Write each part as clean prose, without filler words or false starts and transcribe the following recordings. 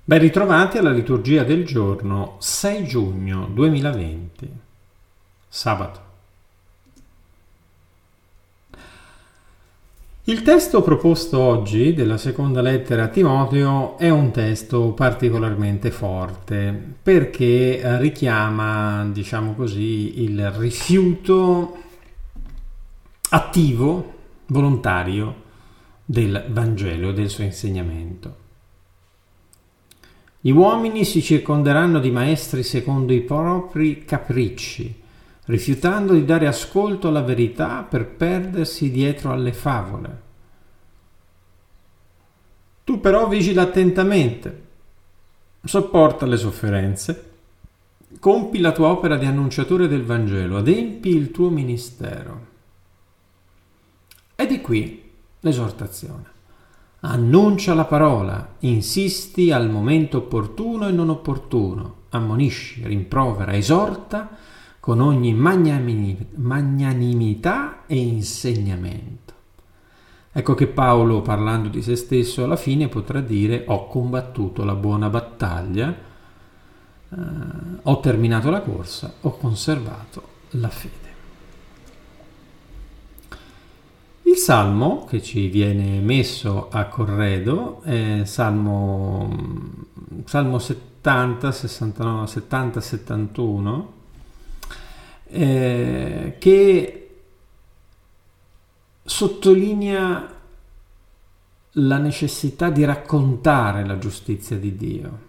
Ben ritrovati alla liturgia del giorno 6 giugno 2020, sabato. Il testo proposto oggi della seconda lettera a Timoteo è un testo particolarmente forte perché richiama, diciamo così, il rifiuto attivo, volontario del Vangelo e del suo insegnamento. Gli uomini si circonderanno di maestri secondo i propri capricci, rifiutando di dare ascolto alla verità per perdersi dietro alle favole. Tu però vigila attentamente, sopporta le sofferenze, compi la tua opera di annunciatore del Vangelo, adempi il tuo ministero. Ed è qui l'esortazione. Annuncia la parola, insisti al momento opportuno e non opportuno, ammonisci, rimprovera, esorta con ogni magnanimità e insegnamento. Ecco che Paolo, parlando di se stesso, alla fine potrà dire: ho combattuto la buona battaglia, ho terminato la corsa, ho conservato la fede. Il salmo che ci viene messo a corredo è salmo 70, 69, 70, 71, che sottolinea la necessità di raccontare la giustizia di Dio.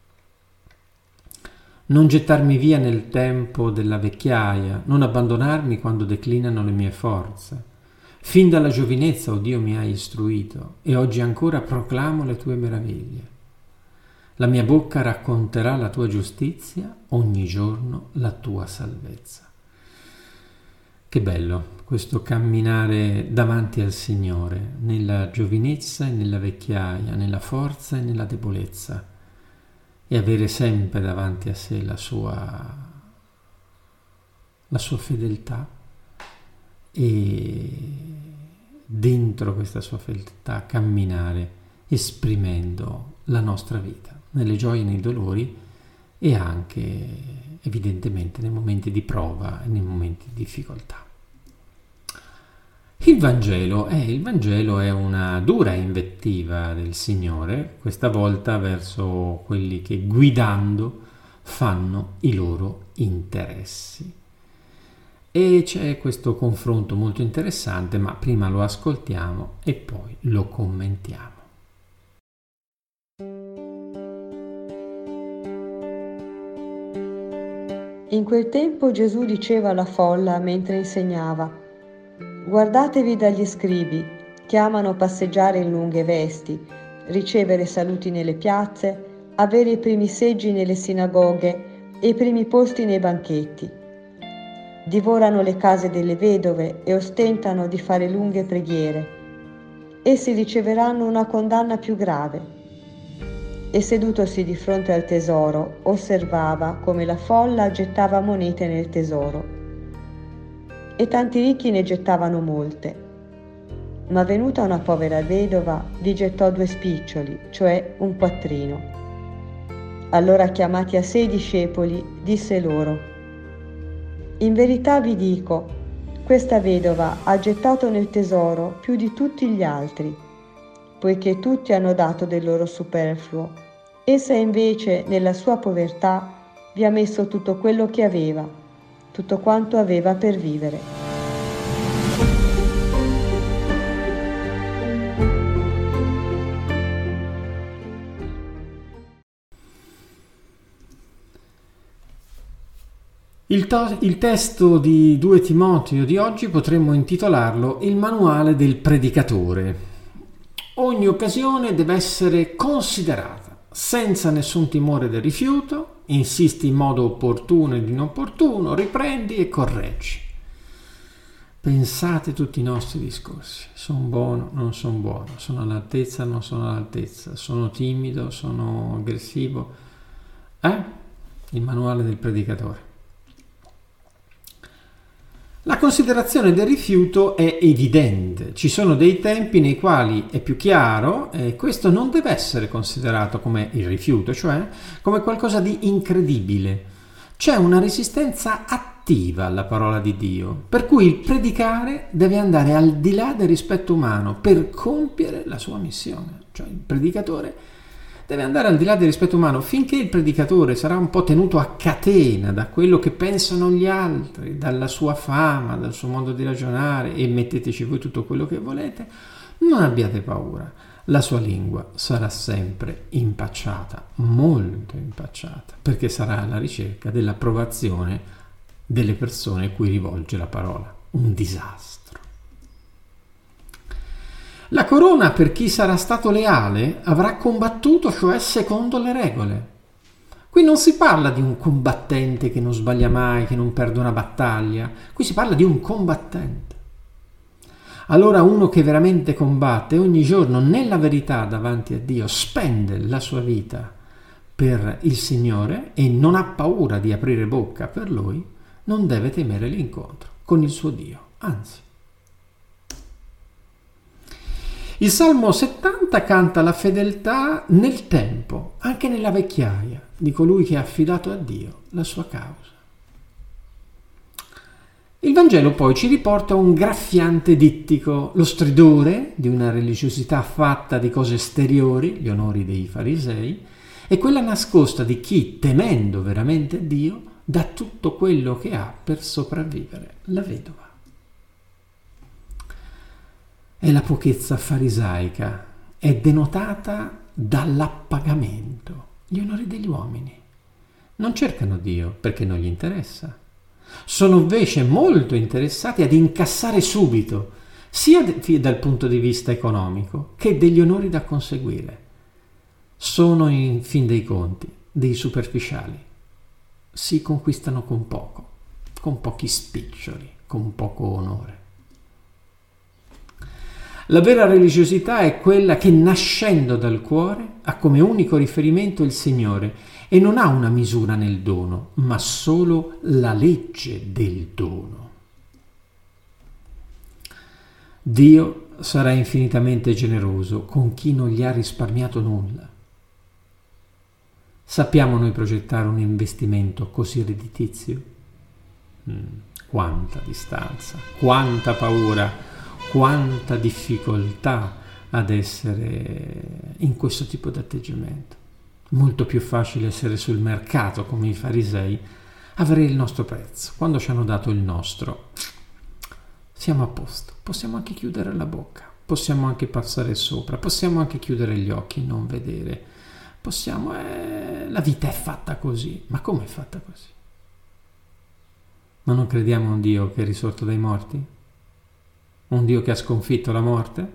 Non gettarmi via nel tempo della vecchiaia, non abbandonarmi quando declinano le mie forze. Fin dalla giovinezza, o Dio, mi hai istruito, e oggi ancora proclamo le tue meraviglie. La mia bocca racconterà la tua giustizia, ogni giorno la tua salvezza. Che bello questo camminare davanti al Signore, nella giovinezza e nella vecchiaia, nella forza e nella debolezza, e avere sempre davanti a sé la sua fedeltà, e dentro questa sua fedeltà camminare esprimendo la nostra vita nelle gioie e nei dolori, e anche evidentemente nei momenti di prova e nei momenti di difficoltà. Il Vangelo è una dura invettiva del Signore, questa volta verso quelli che guidando fanno i loro interessi. E c'è questo confronto molto interessante, ma prima lo ascoltiamo e poi lo commentiamo. In quel tempo Gesù diceva alla folla mentre insegnava: guardatevi dagli scribi, che amano passeggiare in lunghe vesti, ricevere saluti nelle piazze, avere i primi seggi nelle sinagoghe e i primi posti nei banchetti. Divorano le case delle vedove e ostentano di fare lunghe preghiere. Essi riceveranno una condanna più grave. E sedutosi di fronte al tesoro, osservava come la folla gettava monete nel tesoro. E tanti ricchi ne gettavano molte. Ma venuta una povera vedova, vi gettò 2 spiccioli, cioè un quattrino. Allora, chiamati a sé i discepoli, disse loro: in verità vi dico, questa vedova ha gettato nel tesoro più di tutti gli altri, poiché tutti hanno dato del loro superfluo. Essa invece, nella sua povertà, vi ha messo tutto quello che aveva, tutto quanto aveva per vivere. Il testo di 2 Timoteo di oggi potremmo intitolarlo Il manuale del predicatore. Ogni occasione deve essere considerata senza nessun timore del rifiuto, insisti in modo opportuno ed inopportuno, riprendi e correggi. Pensate tutti i nostri discorsi: sono buono, non sono buono, sono all'altezza, non sono all'altezza, sono timido, sono aggressivo. Il manuale del predicatore. La considerazione del rifiuto è evidente, ci sono dei tempi nei quali è più chiaro e questo non deve essere considerato come il rifiuto, cioè come qualcosa di incredibile. C'è una resistenza attiva alla parola di Dio, per cui il predicare deve andare al di là del rispetto umano per compiere la sua missione, cioè il predicatore deve andare al di là del rispetto umano. Finché il predicatore sarà un po' tenuto a catena da quello che pensano gli altri, dalla sua fama, dal suo modo di ragionare, e metteteci voi tutto quello che volete, non abbiate paura. La sua lingua sarà sempre impacciata, molto impacciata, perché sarà alla ricerca dell'approvazione delle persone a cui rivolge la parola. Un disastro. La corona, per chi sarà stato leale, avrà combattuto, cioè secondo le regole. Qui non si parla di un combattente che non sbaglia mai, che non perde una battaglia. Qui si parla di un combattente. Allora uno che veramente combatte ogni giorno nella verità davanti a Dio, spende la sua vita per il Signore e non ha paura di aprire bocca per Lui, non deve temere l'incontro con il suo Dio, anzi. Il Salmo 70 canta la fedeltà nel tempo, anche nella vecchiaia, di colui che ha affidato a Dio la sua causa. Il Vangelo poi ci riporta un graffiante dittico, lo stridore di una religiosità fatta di cose esteriori, gli onori dei farisei, e quella nascosta di chi, temendo veramente Dio, dà tutto quello che ha per sopravvivere, la vedova. E la pochezza farisaica è denotata dall'appagamento. Gli onori degli uomini non cercano Dio perché non gli interessa. Sono invece molto interessati ad incassare subito, sia dal punto di vista economico che degli onori da conseguire. Sono in fin dei conti dei superficiali. Si conquistano con poco, con pochi spiccioli, con poco onore. La vera religiosità è quella che, nascendo dal cuore, ha come unico riferimento il Signore e non ha una misura nel dono, ma solo la legge del dono. Dio sarà infinitamente generoso con chi non gli ha risparmiato nulla. Sappiamo noi progettare un investimento così redditizio? Quanta distanza, quanta paura, quanta difficoltà ad essere in questo tipo di atteggiamento. Molto più facile essere sul mercato come i farisei, avere il nostro prezzo. Quando ci hanno dato il nostro, siamo a posto. Possiamo anche chiudere la bocca, possiamo anche passare sopra, possiamo anche chiudere gli occhi, non vedere. Possiamo, la vita è fatta così. Ma come è fatta così? Ma non crediamo a un Dio che è risorto dai morti? Un Dio che ha sconfitto la morte?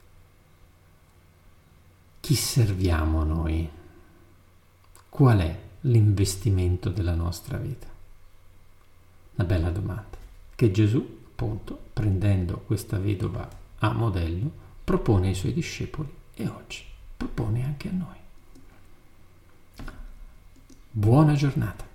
Chi serviamo noi? Qual è l'investimento della nostra vita? Una bella domanda che Gesù, appunto, prendendo questa vedova a modello, propone ai suoi discepoli e oggi propone anche a noi. Buona giornata.